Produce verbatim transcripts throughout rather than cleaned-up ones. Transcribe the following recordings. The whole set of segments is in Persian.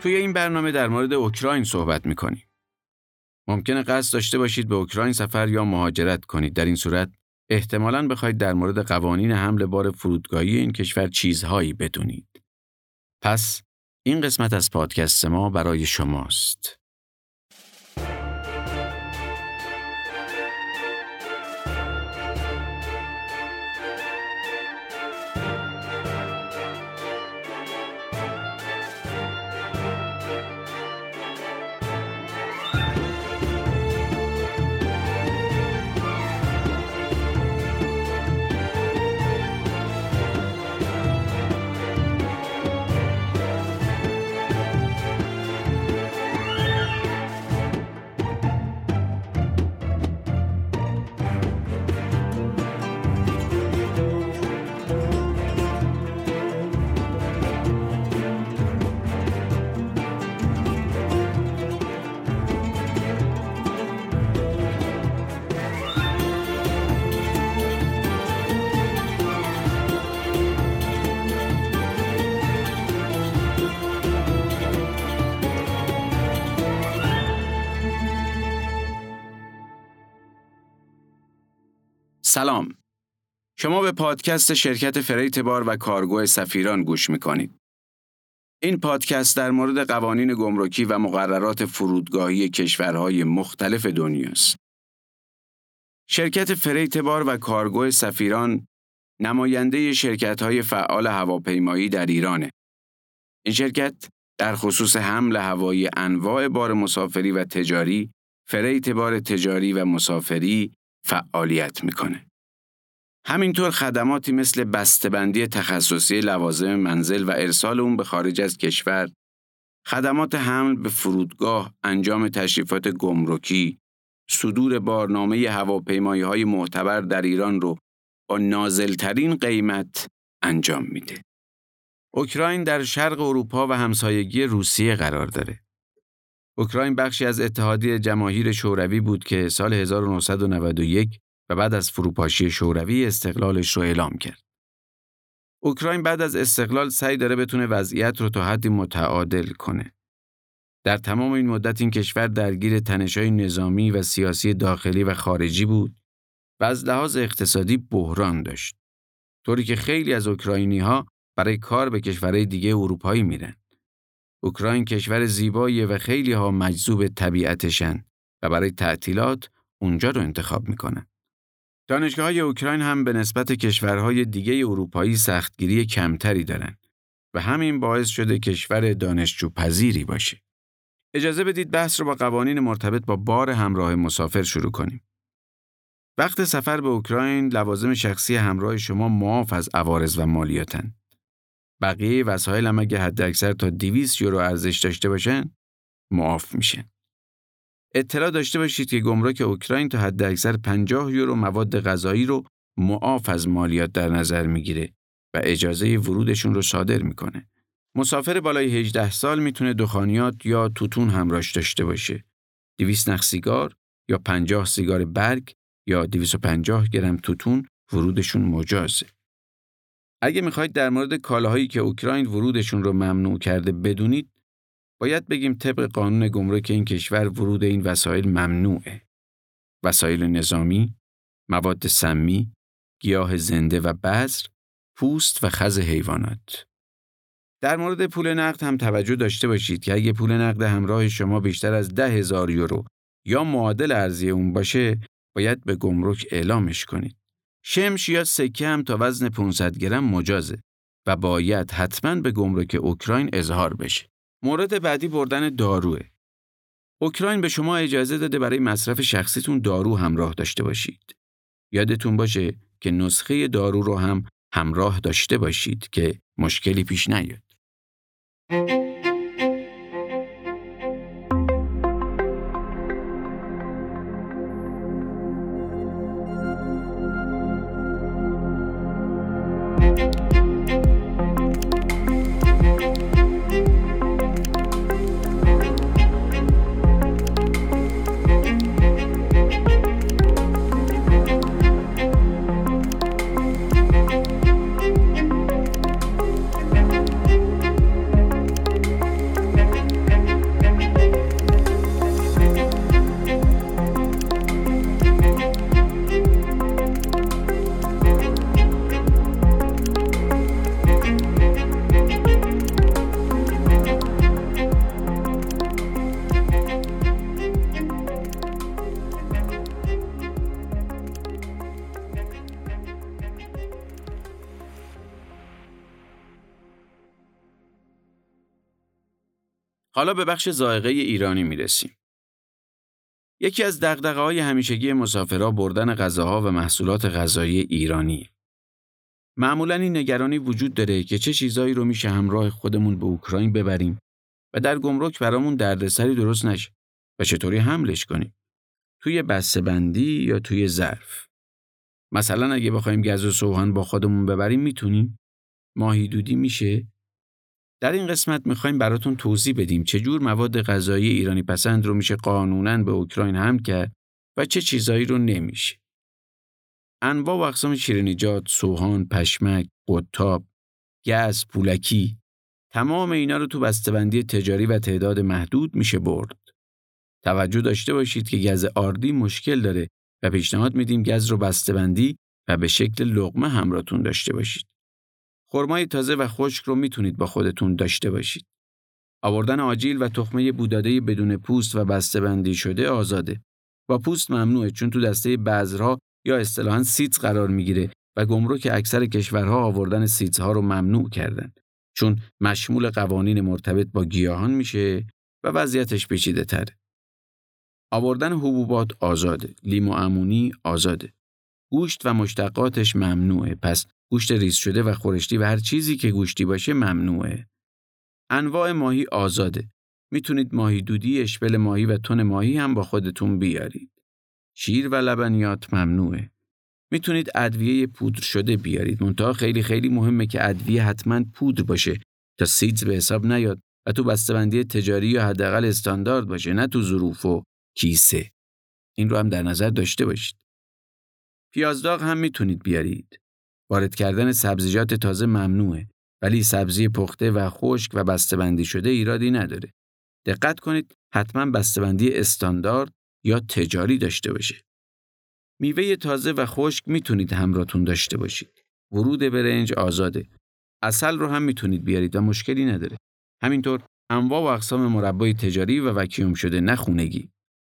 توی این برنامه در مورد اوکراین صحبت می‌کنیم. ممکنه قصد داشته باشید به اوکراین سفر یا مهاجرت کنید. در این صورت احتمالاً بخواید در مورد قوانین حمل بار فرودگاهی این کشور چیزهایی بدونید. پس این قسمت از پادکست ما برای شماست. سلام. شما به پادکست شرکت فریت بار و کارگو سفیران گوش می‌کنید. این پادکست در مورد قوانین گمرکی و مقررات فرودگاهی کشورهای مختلف دنیاست. شرکت فریت بار و کارگو سفیران نماینده شرکت‌های فعال هواپیمایی در ایرانه. این شرکت در خصوص حمل هوایی انواع بار مسافری و تجاری، فریت بار تجاری و مسافری فعالیت میکنه. همینطور خدماتی مثل بسته‌بندی تخصصی لوازم منزل و ارسال اون به خارج از کشور، خدمات حمل به فرودگاه، انجام تشریفات گمرکی، صدور بارنامه هواپیمایی‌های معتبر در ایران رو با نازل‌ترین قیمت انجام میده. اوکراین در شرق اروپا و همسایگی روسیه قرار داره. اوکراین بخشی از اتحادیه جماهیر شوروی بود که سال هزار و نهصد و نود و یک و بعد از فروپاشی شوروی استقلالش رو اعلام کرد. اوکراین بعد از استقلال سعی داره بتونه وضعیت رو تا حدی متعادل کنه. در تمام این مدت این کشور درگیر تنش‌های نظامی و سیاسی داخلی و خارجی بود و از لحاظ اقتصادی بحران داشت. طوری که خیلی از اوکراینی‌ها برای کار به کشورهای دیگه اروپایی میرن. اوکراین کشور زیباییه و خیلی ها مجذوب طبیعتشن و برای تعطیلات اونجا رو انتخاب میکنن. دانشگاه‌های اوکراین هم به نسبت کشورهای دیگه اروپایی سختگیری کمتری دارن و همین باعث شده کشور دانشجو پذیری باشه. اجازه بدید بحث رو با قوانین مرتبط با بار همراه مسافر شروع کنیم. وقت سفر به اوکراین لوازم شخصی همراه شما معاف از عوارض و مالیاتن. بقیه وسایل هم اگه حد اکثر تا دویست یورو ارزش داشته باشن معاف میشن. اطلاع داشته باشید که گمرک اوکراین تا حد اکثر پنجاه یورو مواد غذایی رو معاف از مالیات در نظر میگیره و اجازه ورودشون رو صادر میکنه. مسافر بالای هجده سال میتونه دخانیات یا توتون همراهش داشته باشه. دویست نخ سیگار یا پنجاه سیگار برگ یا دویست و پنجاه گرم توتون ورودشون مجازه. اگه میخواید در مورد کالاهایی که اوکراین ورودشون رو ممنوع کرده بدونید، باید بگیم طبق قانون گمرک این کشور ورود این وسایل ممنوعه. وسایل نظامی، مواد سمی، گیاه زنده و بذر، پوست و خز حیوانات. در مورد پول نقد هم توجه داشته باشید که اگه پول نقد همراه شما بیشتر از ده هزار یورو یا معادل ارزی اون باشه، باید به گمرک اعلامش کنید. شمش یا سکه هم تا وزن پانصد گرم مجازه و باید حتماً به گمرک اوکراین اظهار بشه. مورد بعدی بردن داروه. اوکراین به شما اجازه داده برای مصرف شخصیتون دارو همراه داشته باشید. یادتون باشه که نسخه دارو رو هم همراه داشته باشید که مشکلی پیش نیاد. حالا به بخش ذائقه ایرانی میرسیم. یکی از دغدغه‌های همیشگی مسافرها بردن غذاها و محصولات غذایی ایرانی. معمولاً این نگرانی وجود داره که چه چیزایی رو میشه همراه خودمون به اوکراین ببریم و در گمرک برامون دردسری درست نشه و چطوری حملش کنیم. توی بسته‌بندی یا توی ظرف. مثلا اگه بخوایم گز و سوهان با خودمون ببریم میتونیم؟ ماهی دودی میشه؟ در این قسمت میخوایم براتون توضیح بدیم چجور مواد غذایی ایرانی پسند رو میشه قانوناً به اوکراین حمل کرد و چه چیزایی رو نمیشه. انواع و اقسام شیرینیجات، سوهان، پشمک، قطاب، گز، پولکی، تمام اینا رو تو بسته‌بندی تجاری و تعداد محدود میشه برد. توجه داشته باشید که گز آردی مشکل داره و پیشنهاد میدیم گز رو بسته‌بندی و به شکل لقمه همراهتون داشته باشید. خرمای تازه و خشک رو میتونید با خودتون داشته باشید. آوردن آجیل و تخمه بوداده بدون پوست و بسته‌بندی شده آزاده. با پوست ممنوعه چون تو دسته بذرها یا اصطلاحاً سیتس قرار میگیره و گمرک اکثر کشورها آوردن سیتس ها رو ممنوع کردن چون مشمول قوانین مرتبط با گیاهان میشه و وضعیتش پیچیده تره. آوردن حبوبات آزاده، لیمو عمونی آزاده. گوشت و مشتقاتش ممنوعه، پس گوشت ریز شده و خورشتی و هر چیزی که گوشتی باشه ممنوعه. انواع ماهی آزاده. میتونید ماهی دودی، اشبل ماهی و تن ماهی هم با خودتون بیارید. شیر و لبنیات ممنوعه. میتونید ادویه پودر شده بیارید. منتها خیلی خیلی مهمه که ادویه حتما پودر باشه تا سیدز به حساب نیاد و تو بسته‌بندی تجاری یا حداقل استاندارد باشه، نه تو ظروف و کیسه. این رو هم در نظر داشته باشید. پیازداغ هم میتونید بیارید. وارد کردن سبزیجات تازه ممنوعه، ولی سبزی پخته و خشک و بسته‌بندی شده ایرادی نداره. دقت کنید حتما بسته‌بندی استاندارد یا تجاری داشته باشه. میوه تازه و خشک میتونید همراهتون داشته باشید. ورود برنج آزاده. عسل رو هم میتونید بیارید و مشکلی نداره. همینطور انواع و اقسام مربای تجاری و وکیوم شده، نه خونگی.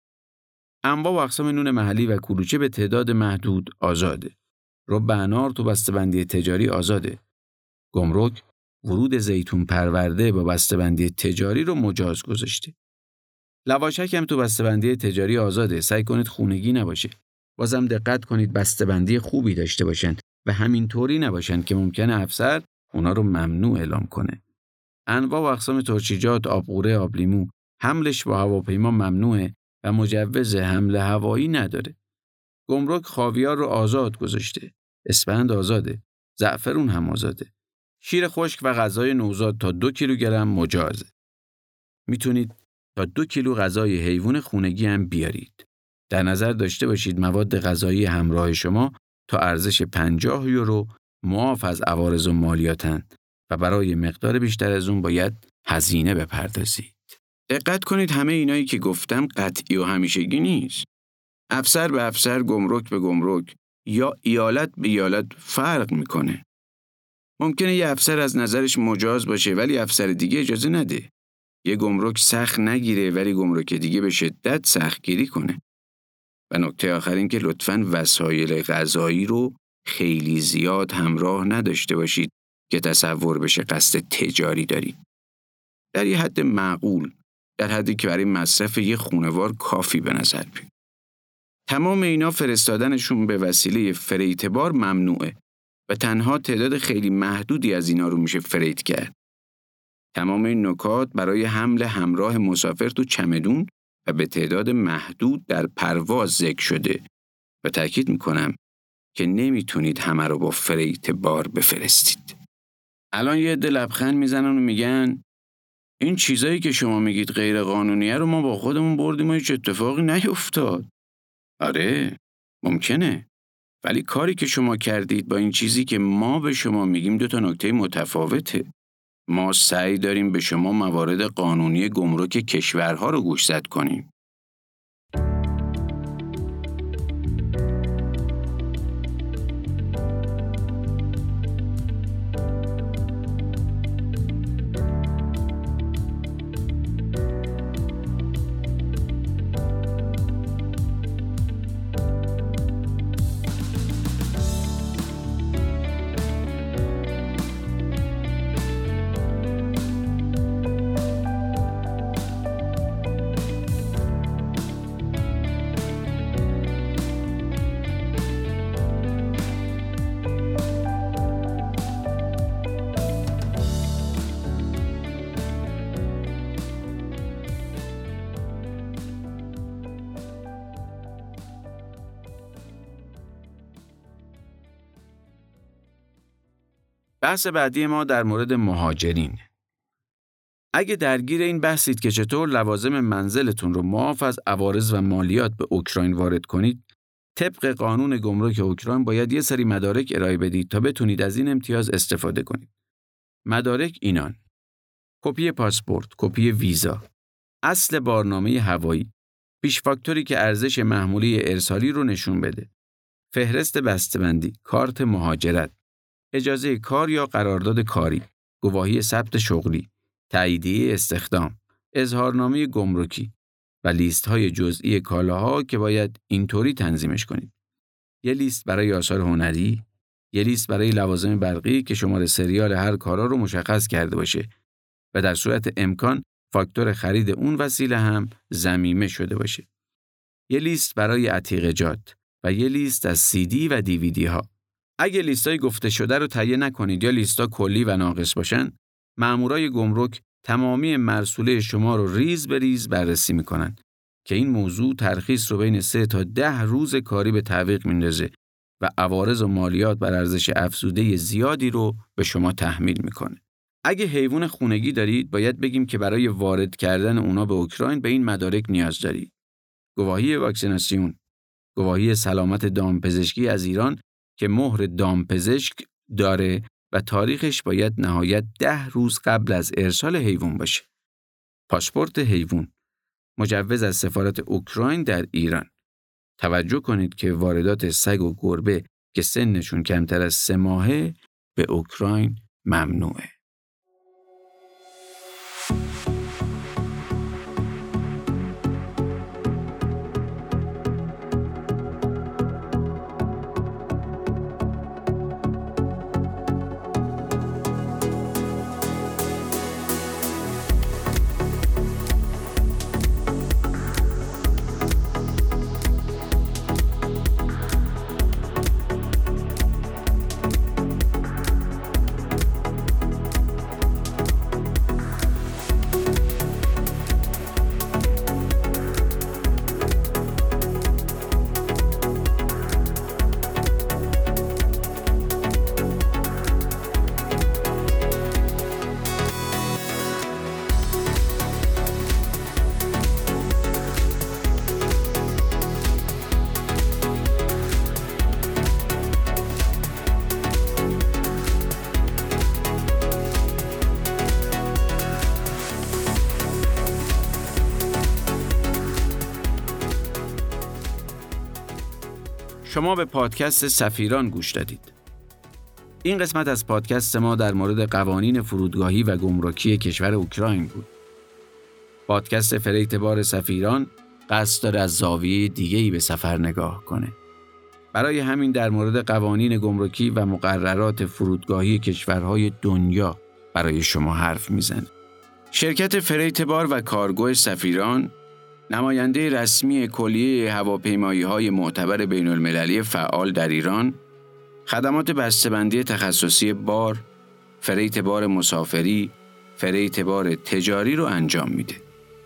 انواع و اقسام نون محلی و کلوچه به تعداد محدود آزاده. رب انار تو بسته‌بندی تجاری آزاده. گمرک ورود زیتون پرورده با بسته‌بندی تجاری رو مجاز گذاشته. لواشک هم تو بسته‌بندی تجاری آزاده. سعی کنید خونگی نباشه. بازم دقت کنید بسته‌بندی خوبی داشته باشن و همینطوری نباشن که ممکنه افسر اونا رو ممنوع اعلام کنه. انواع و اقسام ترشیجات، آبقوره، آبلیمو حملش با هواپیما ممنوعه و مجوز حمل هوایی نداره. گمرک خاویار رو آزاد گذاشته. اسفند آزاده. زعفرون هم آزاده. شیر خشک و غذای نوزاد تا دو کیلوگرم مجازه. میتونید تا دو کیلو غذای حیوان خونگی هم بیارید. در نظر داشته باشید مواد غذایی همراه شما تا ارزش پنجاه یورو معاف از عوارض و مالیاتن و برای مقدار بیشتر از اون باید هزینه بپردازید. دقت کنید همه اینایی که گفتم قطعی و همیشگی نیست. افسر به افسر، گمرک به گمرک یا ایالت به ایالت فرق میکنه. ممکنه یه افسر از نظرش مجاز باشه ولی افسر دیگه اجازه نده. یه گمرک سخت نگیره ولی گمرک دیگه به شدت سخت گیری کنه. و نکته آخر این که لطفاً وسایل غذایی رو خیلی زیاد همراه نداشته باشید که تصور بشه قصد تجاری دارید. در یه حد معقول، در حدی که برای مصرف یه خانوار کافی به نظر بیاد. تمام اینا فرستادنشون به وسیله فریت بار ممنوعه و تنها تعداد خیلی محدودی از اینا رو میشه فریت کرد. تمام این نکات برای حمل همراه مسافر تو چمدون و به تعداد محدود در پرواز ذکر شده و تأکید میکنم که نمیتونید همه رو با فریت بار بفرستید. الان یه عده لبخند میزنن و میگن این چیزایی که شما میگید غیر قانونیه رو ما با خودمون بردیم و هیچ اتفاقی نیفتاد. آره، ممکنه. ولی کاری که شما کردید با این چیزی که ما به شما میگیم دو تا نکته متفاوته. ما سعی داریم به شما موارد قانونی گمرک کشورها رو گوشزد کنیم. بحث بعدی ما در مورد مهاجرین. اگه درگیر این بحثید که چطور لوازم منزلتون رو معاف از عوارض و مالیات به اوکراین وارد کنید، طبق قانون گمرک اوکراین باید یه سری مدارک ارائه بدید تا بتونید از این امتیاز استفاده کنید. مدارک اینان: کپی پاسپورت، کپی ویزا، اصل بارنامه هوایی، پیش فاکتوری که ارزش محموله ارسالی رو نشون بده، فهرست بسته‌بندی، کارت مهاجرت، اجازه کار یا قرارداد کاری، گواهی ثبت شغلی، تاییدیه استخدام، اظهارنامه گمرکی و لیست‌های جزئی کالاها که باید اینطوری تنظیمش کنید. یه لیست برای آثار هنری، یه لیست برای لوازم برقی که شماره سریال هر کارا رو مشخص کرده باشه و در صورت امکان فاکتور خرید اون وسیله هم ضمیمه شده باشه. یه لیست برای عتیقه‌جات و یه لیست از سی دی و دیویدی ها. اگه لیستای گفته شده رو تهیه نکنید یا لیستا کلی و ناقص باشن، مامورای گمرک تمامی مرسوله شما رو ریز به ریز بررسی میکنن که این موضوع ترخیص رو بین سه تا ده روز کاری به تعویق میندازه و عوارض و مالیات بر ارزش افزوده زیادی رو به شما تحمیل میکنه. اگه حیوان خونگی دارید، باید بگیم که برای وارد کردن اونا به اوکراین به این مدارک نیاز دارید: گواهی واکسیناسیون، گواهی سلامت دامپزشکی از ایران که مهر دامپزشک داره و تاریخش باید نهایت ده روز قبل از ارسال حیوان باشه. پاسپورت حیوان، مجوز از سفارت اوکراین در ایران. توجه کنید که واردات سگ و گربه که سنشون کمتر از سه ماهه به اوکراین ممنوعه. شما به پادکست سفیران گوش دادید. این قسمت از پادکست ما در مورد قوانین فرودگاهی و گمرکی کشور اوکراین بود. پادکست فریت بار سفیران قصد داره از زاویه دیگه‌ای به سفر نگاه کنه. برای همین در مورد قوانین گمرکی و مقررات فرودگاهی کشورهای دنیا برای شما حرف میزنه. شرکت فریت بار و کارگو سفیران نماینده رسمی کلیه هواپیمایی‌های معتبر بین‌المللی فعال در ایران، خدمات بسته‌بندی تخصصی بار، فریت بار مسافری، فریت بار تجاری رو انجام میده.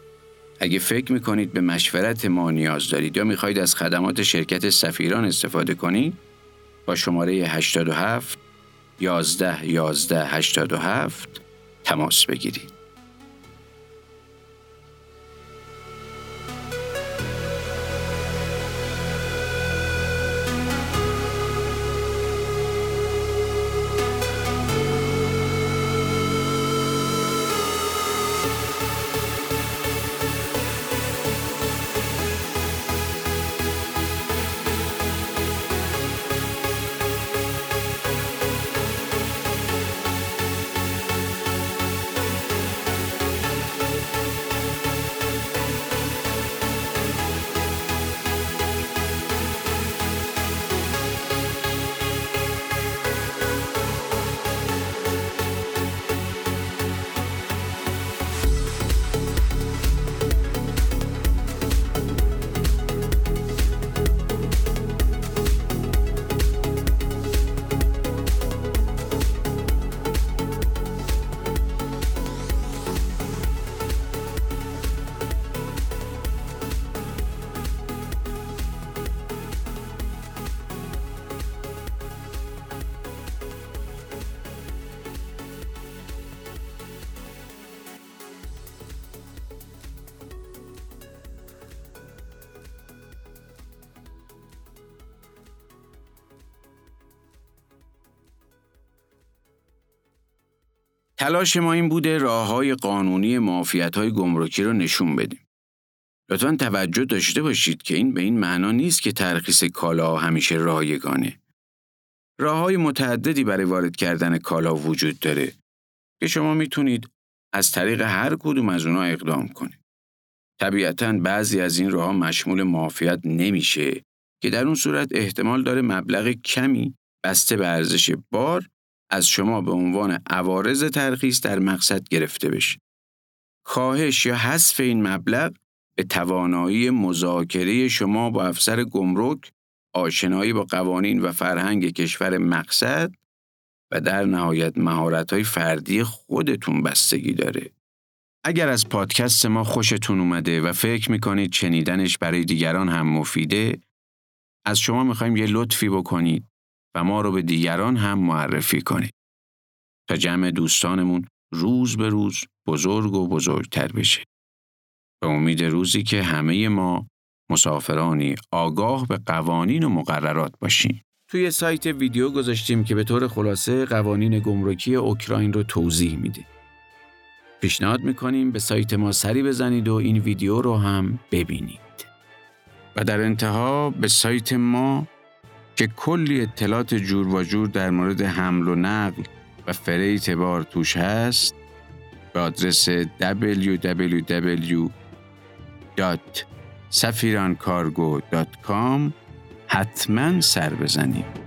اگه فکر میکنید به مشورت ما نیاز دارید یا میخواید از خدمات شرکت سفیران استفاده کنید، با شماره هشتاد و هفت یازده یازده هشتاد و هفت تماس بگیرید. تلاش ما این بوده راه‌های قانونی معافیت‌های گمرکی رو نشون بدیم. لطفاً توجه داشته باشید که این به این معنا نیست که ترخیص کالا همیشه رایگانه. راه‌های متعددی برای وارد کردن کالا وجود داره که شما میتونید از طریق هر کدوم از اونها اقدام کنید. طبیعتاً بعضی از این راه‌ها مشمول معافیت نمیشه که در اون صورت احتمال داره مبلغ کمی بسته به ارزش بار از شما به عنوان عوارض ترخیص در مقصد گرفته بشه. کاهش یا حذف این مبلغ به توانایی مذاکره شما با افسر گمرک، آشنایی با قوانین و فرهنگ کشور مقصد و در نهایت مهارت‌های فردی خودتون بستگی داره. اگر از پادکست ما خوشتون اومده و فکر میکنید شنیدنش برای دیگران هم مفیده، از شما میخوایم یه لطفی بکنید و ما رو به دیگران هم معرفی کنید تا جمع دوستانمون روز به روز بزرگ و بزرگتر بشه. به امید روزی که همه ما مسافرانی آگاه به قوانین و مقررات باشیم. توی سایت ویدیو گذاشتیم که به طور خلاصه قوانین گمرکی اوکراین رو توضیح میده. پیشنهاد میکنیم به سایت ما سری بزنید و این ویدیو رو هم ببینید. و در انتها به سایت ما که کلی اطلاعات جور و جور در مورد حمل و نقل و فریت بار توش هست به آدرس دبلیو دبلیو دبلیو دات سفیران کارگو دات کام حتما سر بزنید.